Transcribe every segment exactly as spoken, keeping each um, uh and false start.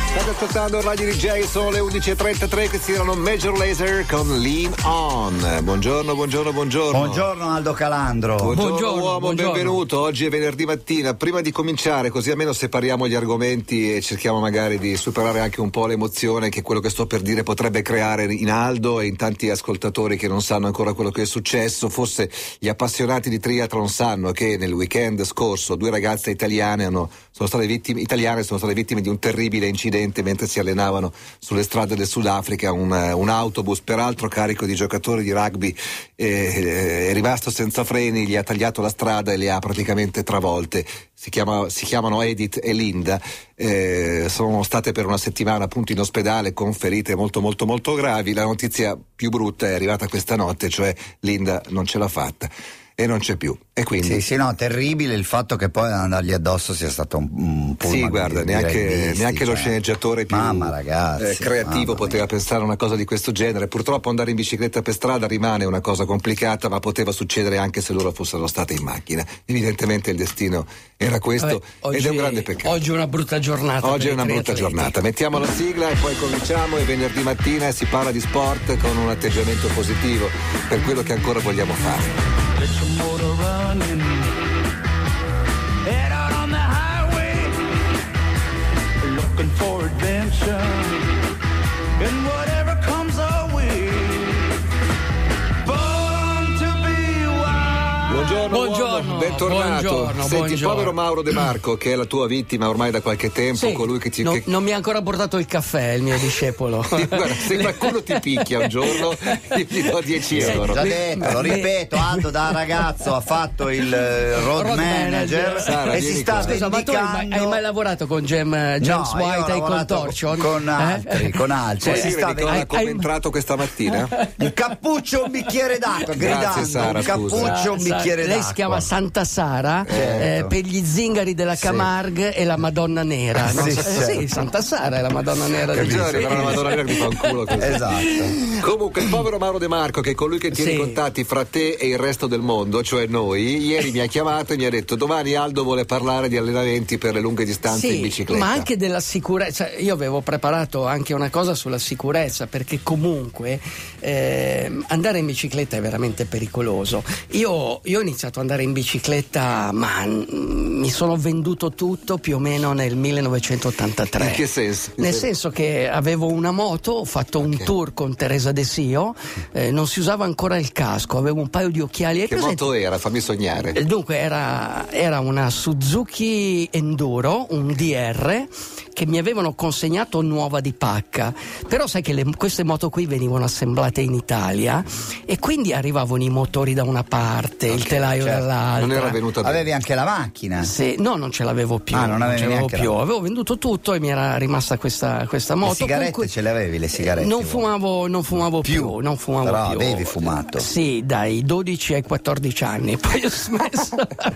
State ascoltando Radio D J, sono le undici e trentatré, questi erano Major Lazer con Lean On. Buongiorno, buongiorno, buongiorno. Buongiorno Aldo Calandro. Buongiorno, buongiorno uomo, buongiorno. benvenuto. Oggi è venerdì mattina. Prima di cominciare, così almeno separiamo gli argomenti e cerchiamo magari di superare anche un po' l'emozione che quello che sto per dire potrebbe creare in Aldo e in tanti ascoltatori che non sanno ancora quello che è successo. Forse gli appassionati di triathlon sanno che nel weekend scorso due ragazze italiane hanno, sono state vittime, italiane sono state vittime di un terribile incidente mentre si allenavano sulle strade del Sudafrica. Un, un autobus, peraltro carico di giocatori di rugby, eh, è rimasto senza freni, gli ha tagliato la strada e le ha praticamente travolte. Si, chiama, si chiamano Edith e Linda, eh, sono state per una settimana appunto in ospedale con ferite molto molto molto gravi. La notizia più brutta è arrivata questa notte, cioè Linda non ce l'ha fatta e non c'è più, e quindi sì sì no terribile il fatto che poi andargli addosso sia stato un, un po' sì guarda neanche, visti, neanche cioè. lo sceneggiatore più mamma, ragazzi, eh, creativo mamma poteva mia. pensare a una cosa di questo genere. Purtroppo andare in bicicletta per strada rimane una cosa complicata, ma poteva succedere anche se loro fossero state in macchina. Evidentemente il destino era questo. Vabbè, oggi, ed è un grande peccato. Oggi è una brutta giornata. Oggi è una brutta triatleti. giornata. Mettiamo la sigla e poi cominciamo. È venerdì mattina e si parla di sport con un atteggiamento positivo per quello che ancora vogliamo fare. Get your motor running. Head out on the highway, looking for adventure, and whatever comes our way. Born to be wild. Buongiorno, Buongiorno, uomo, bentornato. buongiorno, Senti, il buongiorno. povero Mauro De Marco, che è la tua vittima ormai da qualche tempo, Sì, colui che ti non, che... non mi ha ancora portato il caffè, il mio discepolo. Guarda, se qualcuno ti picchia un giorno, io gli do dieci Sì, euro. già detto, lo ripeto, Aldo da ragazzo ha fatto il eh, road, Road manager, manager. Sara, e vieni si sta qua. Scusa, ma tu hai mai, vendicando. hai mai lavorato con Gem, James No, io ho White ai lavorato Contortion? con altri, Eh? con altri. Puoi si dire sta di cosa hai- ha commentato questa mattina? un cappuccio, un bicchiere d'acqua, gridando, Sara, un cappuccio, scusa. un Sa- bicchiere d'acqua. Lei si chiama Santa Sara, Certo. eh, per gli zingari della Camargue e la Madonna Nera. No? Sì, Eh, certo. sì, Santa Sara è la Madonna Nera. Che di- bisogna arrivare alla Madonna Nera che mi fa un culo così. Esatto. Comunque il povero Mauro De Marco, che è colui che tiene Sì. i contatti fra te e il resto del mondo, cioè noi, ieri mi ha chiamato e mi ha detto: domani Aldo vuole parlare di allenamenti per le lunghe distanze Sì, in bicicletta. ma anche della sicurezza. Io avevo preparato anche una cosa sulla sicurezza, perché comunque eh, andare in bicicletta è veramente pericoloso. Io, io ho iniziato ad andare in bicicletta, ma mm, mi sono venduto tutto più o meno nel millenovecentottantatré. In che senso? Nel senso che avevo una moto, ho fatto un Ok. tour con Teresa De Sio, eh, non si usava ancora il casco, avevo un paio di occhiali. Hai Che presente? moto era? Fammi sognare. Eh, Dunque era, era una Suzuki Enduro, un D R, che mi avevano consegnato nuova di pacca, però sai che le, queste moto qui venivano assemblate in Italia e quindi arrivavano i motori da una parte, il telaio certo. dall'altra. Non era venuta bene. Avevi anche la macchina. Sì, no, non ce l'avevo più. Ah, non avevi ce l'avevo neanche più. la- Avevo venduto tutto e mi era rimasta questa, questa moto. Le sigarette con cui- ce le avevi, le sigarette? Non voi? fumavo, non fumavo più, Più? non fumavo Però più. avevi fumato? Sì, dai dodici ai quattordici anni, poi ho smesso.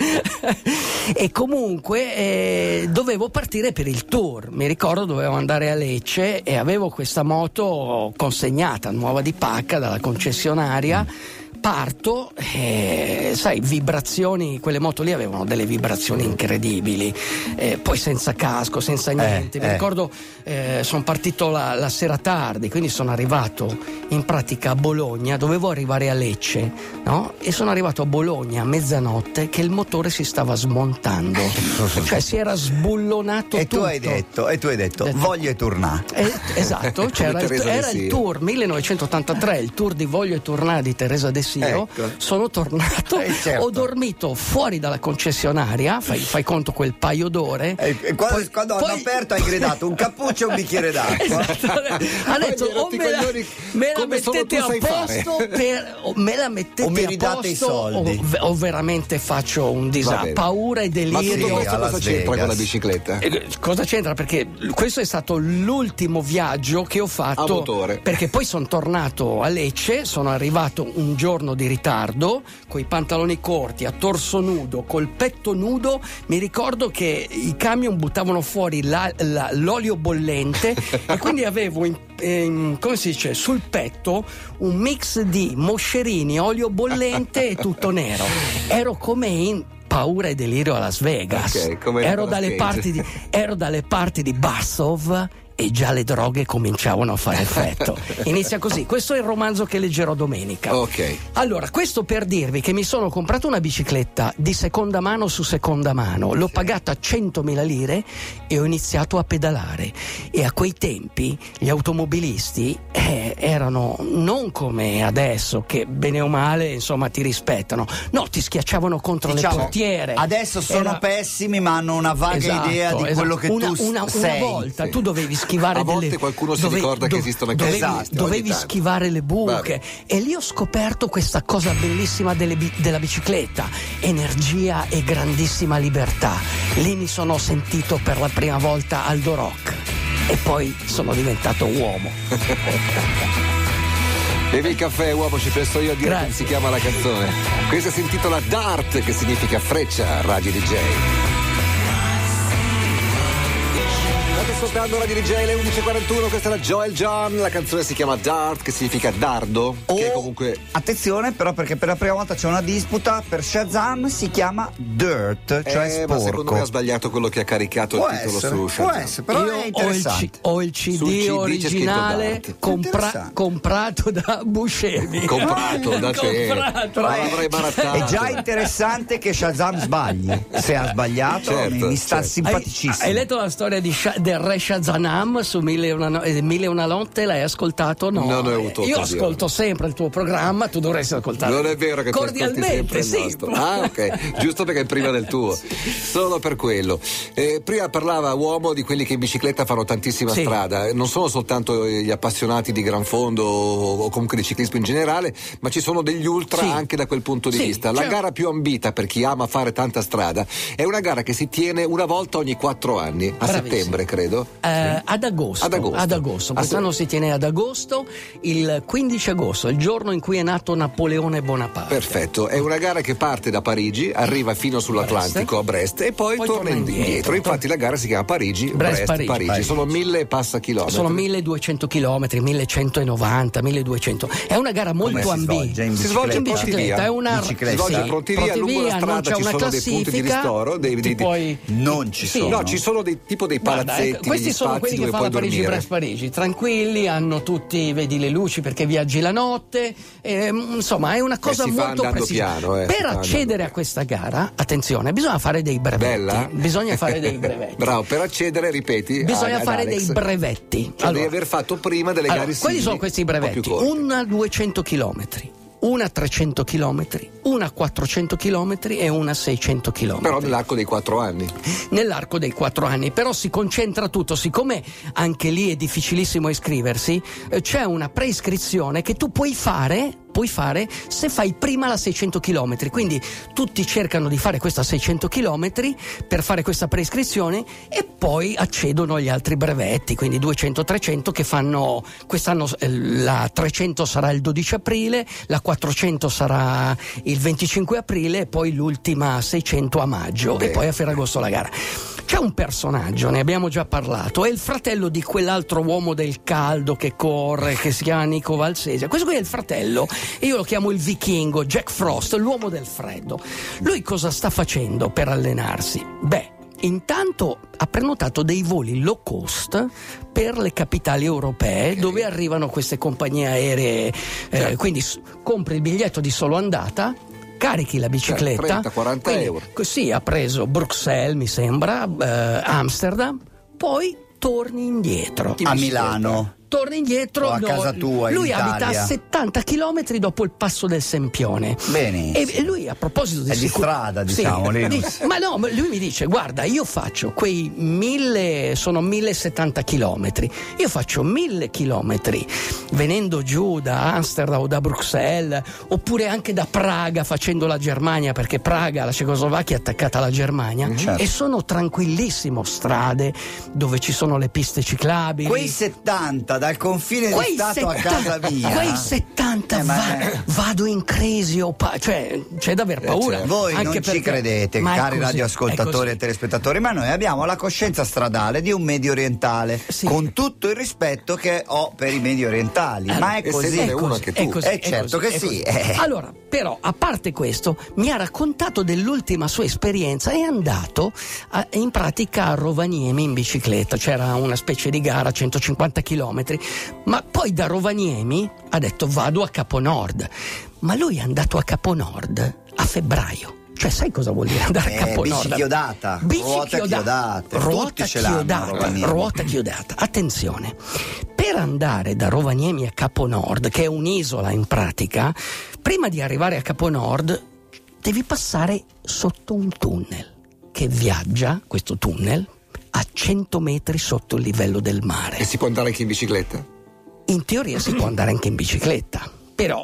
E comunque eh, dovevo partire per il tour. Mi ricordo dovevo andare a Lecce e avevo questa moto consegnata, nuova di pacca dalla concessionaria. Parto e sai, vibrazioni, quelle moto lì avevano delle vibrazioni incredibili, eh, poi senza casco, senza niente. Mi eh. ricordo eh, sono partito la, la sera tardi, quindi sono arrivato in pratica a Bologna, dovevo arrivare a Lecce, no? E sono arrivato a Bologna a mezzanotte che il motore si stava smontando, cioè si era sbullonato E tutto. tu hai detto, e tu hai detto, Detto- voglio tornare. Eh, esatto, c'era il, Teresa De era il Sio. tour millenovecentottantatré, il tour di Voglio e tornare di Teresa De Sio. Ecco. Sono tornato, Eh, certo. ho dormito fuori dalla concessionaria, fai, fai conto quel paio d'ore. E, e quando, Poi- quando hanno poi- aperto hai gridato un cappuccio e un bicchiere d'acqua. Esatto. Ha detto Poi mi o rotti i me la, coglioni, me la come solo mettete tu a sai fare." posto per, o me la mettete O mi a ridate i posto soldi. o, o veramente faccio un Va disastro, bene. paura e Ma delirio. tutto questo a cosa Las c'entra Vegas. con la bicicletta? Eh, Cosa c'entra? Perché questo è stato l'ultimo viaggio che ho fatto. A motore. Perché poi sono tornato a Lecce, sono arrivato un giorno di ritardo, coi pantaloni corti, a torso nudo, col petto nudo. Mi ricordo che i camion buttavano fuori la- la- l'olio bollente e quindi avevo in, in- come si dice, sul petto un mix di moscerini, olio bollente e tutto nero. Ero come in Paura e delirio a Las Vegas. Ok, come ero, Nicolas dalle Cage. parti di, ero dalle parti di Bassov e già le droghe cominciavano a fare effetto. Inizia così, questo è il romanzo che leggerò domenica. Ok. Allora, questo per dirvi che mi sono comprato una bicicletta di seconda mano su seconda mano, l'ho pagata centomila lire e ho iniziato a pedalare. E a quei tempi gli automobilisti eh, erano non come adesso, che bene o male insomma ti rispettano, no, ti schiacciavano contro diciamo, le portiere. Adesso sono Era... pessimi, ma hanno una vaga esatto, idea di esatto. quello che una, tu una, sei. Una volta sì. tu dovevi schivare a volte delle... qualcuno si dove, ricorda do, che esistono anche dovevi, disastri, dovevi schivare le buche. Vabbè. E lì ho scoperto questa cosa bellissima delle, della bicicletta: energia e grandissima libertà. Lì mi sono sentito per la prima volta Aldo Rock e poi sono diventato uomo. Bevi il caffè, uomo, ci penso io a dire Grazie. come si chiama la canzone. Questa si intitola Dart, che significa freccia, Radio D J. State ascoltando Radio D J, le undici e quarantuno, questa è la Joel John, la canzone si chiama Dart, che significa dardo, Oh, che comunque... attenzione però, perché per la prima volta c'è una disputa, per Shazam si chiama Dirt, cioè eh, sporco. ma secondo me ha sbagliato quello che ha caricato può il titolo essere, su può Shazam. essere, però Io è ho il, interessante. C- ho il C D Sul C D c'è scritto originale Dart. compra- Interessante. comprato da Buscemi. Comprato da te. Comprato. Ma l'avrei barattato. È già interessante che Shazam sbagli. Se ha sbagliato, Certo, mi, mi sta certo. simpaticissimo. Hai, hai letto la storia di Sha- del re Shazanam su Mille e una, no- eh, Mille e una notte? L'hai ascoltato? No. Non ho avuto Io occasione. ascolto sempre il tuo programma, tu dovresti ascoltare. Non è vero che tu ascolti sempre cordialmente, il sì. nostro. Ah, ok, giusto perché è prima del tuo. Solo per quello. Eh, prima parlava uomo di quelli che in bicicletta fanno tantissima Sì. strada. Non sono soltanto gli appassionati di gran fondo o comunque di ciclismo in generale, ma ci sono degli ultra Sì. anche da quel punto di Sì, vista. La cioè- gara più ambita per chi ama fare tanta strada è una gara che si tiene una volta ogni quattro anni, a Bravissimo. settembre credo. Eh, ad agosto, Ad agosto. ad agosto. Quest'anno Ah, si tiene ad agosto, il quindici agosto, il giorno in cui è nato Napoleone Bonaparte. Perfetto, è una gara che parte da Parigi, arriva fino sull'Atlantico a Brest e poi, Poi torna torna indietro. indietro. Infatti la gara si chiama Parigi, Brest, Brest, Parigi. Parigi. Sono mille e passa chilometri. Sono milleduecento chilometri, millecentonovanta, milleduecento. È una gara molto Come si ambita. svolge in Si svolge in bicicletta? pronti via. È una Bicicletta. Si svolge sì, pronti via, lungo la via, strada non c'è ci una sono dei punti di classifica, ristoro, dei- ti dei- puoi- Non ci Sì. sono. No, ci sono dei tipo dei Guarda, palazzetti, ecco, questi degli sono spazi quelli che dove fanno puoi Parigi dormire. Brest Parigi, tranquilli, hanno tutti, vedi le luci perché viaggi la notte, ehm, insomma è una cosa si fa molto andando precisa. piano, eh, si Per fa andando accedere piano. a questa gara, attenzione, bisogna fare dei brevetti. Bella? Bisogna fare dei brevetti. Bravo, per accedere, ripeti. Bisogna ad fare Alex, dei brevetti. Cioè Allora, devi aver fatto prima delle allora, gare quali simili, sono questi un po' più brevetti? corte. Una duecento chilometri, una trecento chilometri, una quattrocento chilometri e una seicento chilometri. Però nell'arco dei quattro anni. Nell'arco dei quattro anni, però si concentra tutto, siccome anche lì è difficilissimo iscriversi, eh, c'è una preiscrizione che tu puoi fare puoi fare se fai prima la seicento chilometri, quindi tutti cercano di fare questa seicento chilometri per fare questa preiscrizione e poi accedono agli altri brevetti, quindi duecento trecento che fanno quest'anno. eh, la trecento sarà il dodici aprile, la quattrocento sarà il venticinque aprile e poi l'ultima seicento a maggio. Beh. E poi a Ferragosto la gara. C'è un personaggio, ne abbiamo già parlato, è il fratello di quell'altro uomo del caldo che corre, che si chiama Nico Valsesia. Questo qui è il fratello, e io lo chiamo il vichingo, Jack Frost, l'uomo del freddo. Lui cosa sta facendo per allenarsi? Beh, intanto ha prenotato dei voli low cost per le capitali europee, okay, dove arrivano queste compagnie aeree, eh, quindi s- compri il biglietto di solo andata, carichi la bicicletta, trenta quaranta quindi, euro. Così ha preso Bruxelles, mi sembra, eh, Amsterdam, poi torni indietro. A Milano. Torna indietro, O a no, casa tua, in lui abita Italia. a settanta chilometri dopo il passo del Sempione. Benissimo. E, e lui, a proposito di È di sicur- strada, diciamo, Sì, Linus. di- ma no, ma lui mi dice: guarda, io faccio quei mille, sono millesettanta chilometri, io faccio mille chilometri venendo giù da Amsterdam o da Bruxelles, oppure anche da Praga facendo la Germania, perché Praga, la Cecoslovacchia, è attaccata alla Germania, certo. e sono tranquillissimo, strade dove ci sono le piste ciclabili. Quei settanta dal confine quei di Stato settanta, a casa mia. Quei settanta Eh, ma- va- vado in crisi o pa- cioè c'è da aver paura. certo. Voi Anche non ci perché- credete, ma è cari così, è radioascoltatori così. e telespettatori, ma noi abbiamo la coscienza stradale di un medio orientale, Sì. con tutto il rispetto che ho per i medio orientali. Eh, ma è e così. se ne È uno così, anche tu. è così, Eh, è certo così, che è sì, così. eh. Allora, però, a parte questo, mi ha raccontato dell'ultima sua esperienza. È andato a- in pratica a Rovaniemi in bicicletta. C'era una specie di gara a centocinquanta chilometri, ma poi da Rovaniemi ha detto vado a Caponord. Ma lui è andato a Caponord a febbraio. Cioè, sai cosa vuol dire andare Eh, a Caponord? bici chiodata, Bici ruote chioda- chiodate, ruota tutti ce l'hanno a chiodata, Rovaniemi. ruota chiodata. Attenzione, per andare da Rovaniemi a Caponord, che è un'isola in pratica, prima di arrivare a Caponord devi passare sotto un tunnel che viaggia, questo tunnel, a cento metri sotto il livello del mare. E si può andare anche in bicicletta? In teoria si può andare anche in bicicletta, però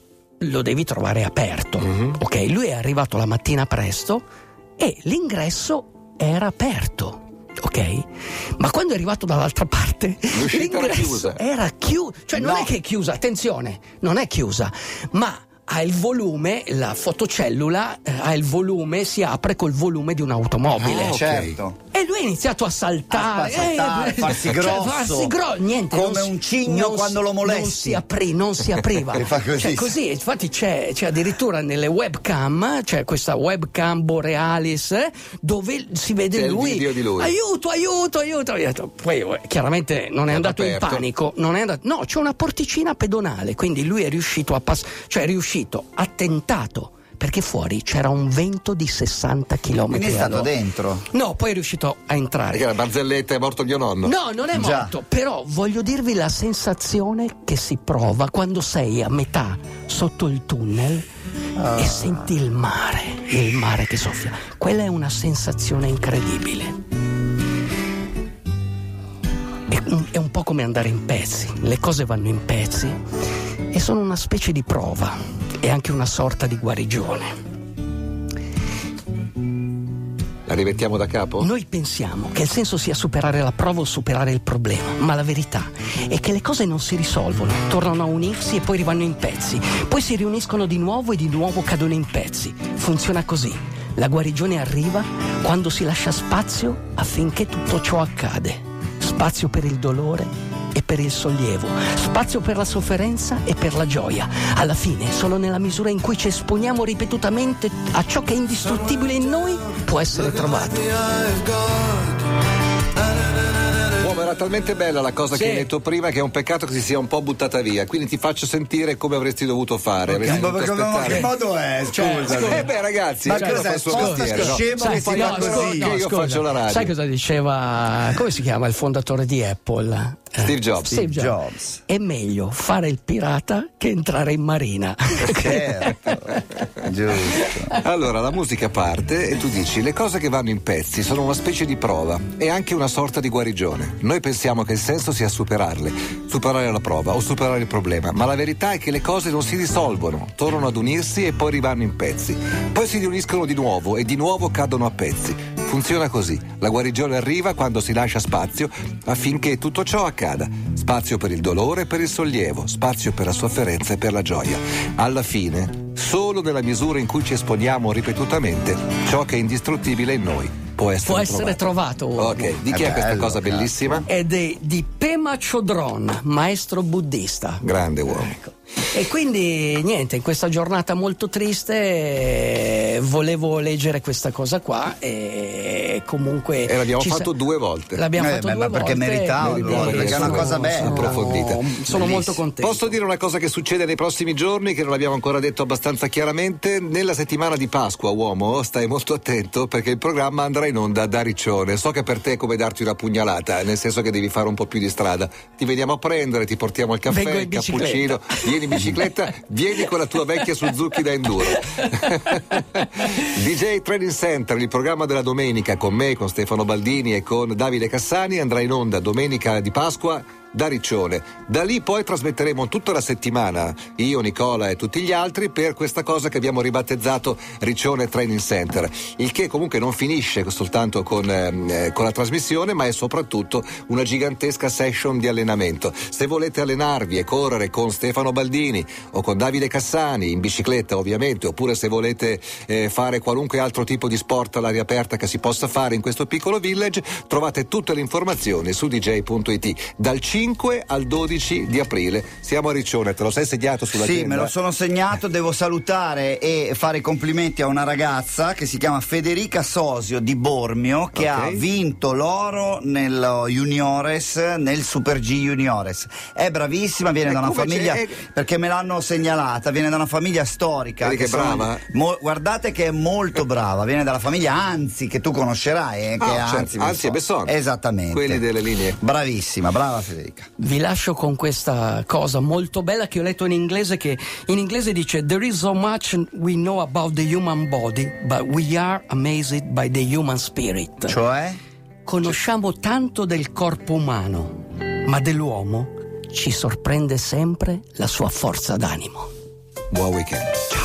lo devi trovare aperto, ok? Lui è arrivato la mattina presto e l'ingresso era aperto, ok? Ma quando è arrivato dall'altra parte L'uscita era l'ingresso chiusa. era chiuso, cioè non No. è che è chiusa, attenzione, non è chiusa, ma ha il volume, la fotocellula eh, ha il volume, si apre col volume di un'automobile. Ah, ok. Certo. E lui ha iniziato a saltare, A saltare, eh, farsi cioè, grosso. farsi gro- niente, Come non si- un cigno non quando si- lo molesti. Non si, apri, non si apriva. E fa così. Cioè, così, infatti c'è, c'è addirittura nelle webcam, c'è questa webcam Borealis eh, dove si vede C'è il lui, video di lui. aiuto, aiuto, aiuto, aiuto. Poi eh, chiaramente non è Era andato aperto. in panico, non è andato, no, c'è una porticina pedonale, quindi lui è riuscito a passare, cioè è riuscito, ha tentato, perché fuori c'era un vento di sessanta chilometri Quindi è stato all'ora. dentro. No, poi è riuscito a entrare. Perché la barzelletta è morto mio nonno. No, non è Già. morto, però voglio dirvi la sensazione che si prova quando sei a metà sotto il tunnel Ah. e senti il mare, il mare che soffia. Quella è una sensazione incredibile. È un, è un po' come andare in pezzi, le cose vanno in pezzi e sono una specie di prova e anche una sorta di guarigione. La rimettiamo da capo? Noi pensiamo che il senso sia superare la prova o superare il problema, ma la verità è che le cose non si risolvono, tornano a unirsi e poi rivanno in pezzi, poi si riuniscono di nuovo e di nuovo cadono in pezzi. Funziona così. La guarigione arriva quando si lascia spazio affinché tutto ciò accade. Spazio per il dolore e per il sollievo, spazio per la sofferenza e per la gioia. Alla fine, solo nella misura in cui ci esponiamo ripetutamente a ciò che è indistruttibile in noi, può essere trovato. Uomo, era talmente bella la cosa Sì. che hai detto prima che è un peccato che si sia un po' buttata via. Quindi ti faccio sentire come avresti dovuto fare. Avresti Ma dovuto che, ma aspettare. che modo è? Cioè, Scusa. Eh beh ragazzi, Ma ognuno cos'è, fa il suo posta mestiere, no? scemo Sai, che si no, fa così? Che io faccio la radio. Sai cosa diceva? Come si chiama il fondatore di Apple? Eh, Steve Jobs. Steve Jobs. Jobs. È meglio fare il pirata che entrare in marina. Certo. Giusto. Allora la musica parte e tu dici le cose che vanno in pezzi sono una specie di prova e anche una sorta di guarigione. Noi pensiamo che il senso sia superarle, superare la prova o superare il problema, ma la verità è che le cose non si risolvono, tornano ad unirsi e poi rivanno in pezzi. Poi si riuniscono di nuovo e di nuovo cadono a pezzi. Funziona così. La guarigione arriva quando si lascia spazio affinché tutto ciò accada. Spazio per il dolore e per il sollievo, spazio per la sofferenza e per la gioia. Alla fine, solo nella misura in cui ci esponiamo ripetutamente, ciò che è indistruttibile in noi può essere Può essere trovato. uomo. Ok, di chi È è questa bello, cosa cazzo. bellissima? Ed è di Pema Chodron, maestro buddista. Grande uomo. Ecco. E quindi niente, in questa giornata molto triste eh, volevo leggere questa cosa qua e comunque E l'abbiamo ci fatto sa- due volte. L'abbiamo Eh, fatto beh, due ma perché volte. meritava, quindi perché è una sono- cosa bella, sono- approfondita. Sono Bellissimo. molto contento. Posso dire una cosa che succede nei prossimi giorni che non abbiamo ancora detto abbastanza chiaramente? Nella settimana di Pasqua, uomo, stai molto attento perché il programma andrà in onda da Riccione. So che per te è come darti una pugnalata, nel senso che devi fare un po' più di strada. Ti veniamo a prendere, ti portiamo il caffè, Vengo in il cappuccino, bicicletta. vieni in bicicletta, vieni con la tua vecchia Suzuki da enduro. D J Training Center, il programma della domenica con me, con Stefano Baldini e con Davide Cassani andrà in onda domenica di Pasqua da Riccione. Da lì poi trasmetteremo tutta la settimana, io, Nicola e tutti gli altri, per questa cosa che abbiamo ribattezzato Riccione Training Center, il che comunque non finisce soltanto con, eh, con la trasmissione, ma è soprattutto una gigantesca session di allenamento. Se volete allenarvi e correre con Stefano Baldini o con Davide Cassani, in bicicletta ovviamente, oppure se volete eh, fare qualunque altro tipo di sport all'aria aperta che si possa fare in questo piccolo village, trovate tutte le informazioni su d j punto i t. Dal cinque al dodici di aprile siamo a Riccione. Te lo sei segnato sull'agenda? Sì, me lo sono segnato. Devo salutare e fare i complimenti a una ragazza che si chiama Federica Sosio di Bormio, che okay. ha vinto l'oro nello Juniores, nel Super G Juniores. È bravissima, viene e da una famiglia è... perché me l'hanno segnalata, viene da una famiglia storica. Vedi che, che brava? Mo, guardate che è molto brava, viene dalla famiglia Anzi, che tu conoscerai, eh, che oh, è Anzi, certo. Anzi e Besson. Esattamente. Quelli delle linee. Bravissima, brava Federica. Vi lascio con questa cosa molto bella che ho letto in inglese, che in inglese dice: There is so much we know about the human body, but we are amazed by the human spirit. Cioè? Conosciamo tanto del corpo umano, ma dell'uomo ci sorprende sempre la sua forza d'animo. Buon weekend. Ciao.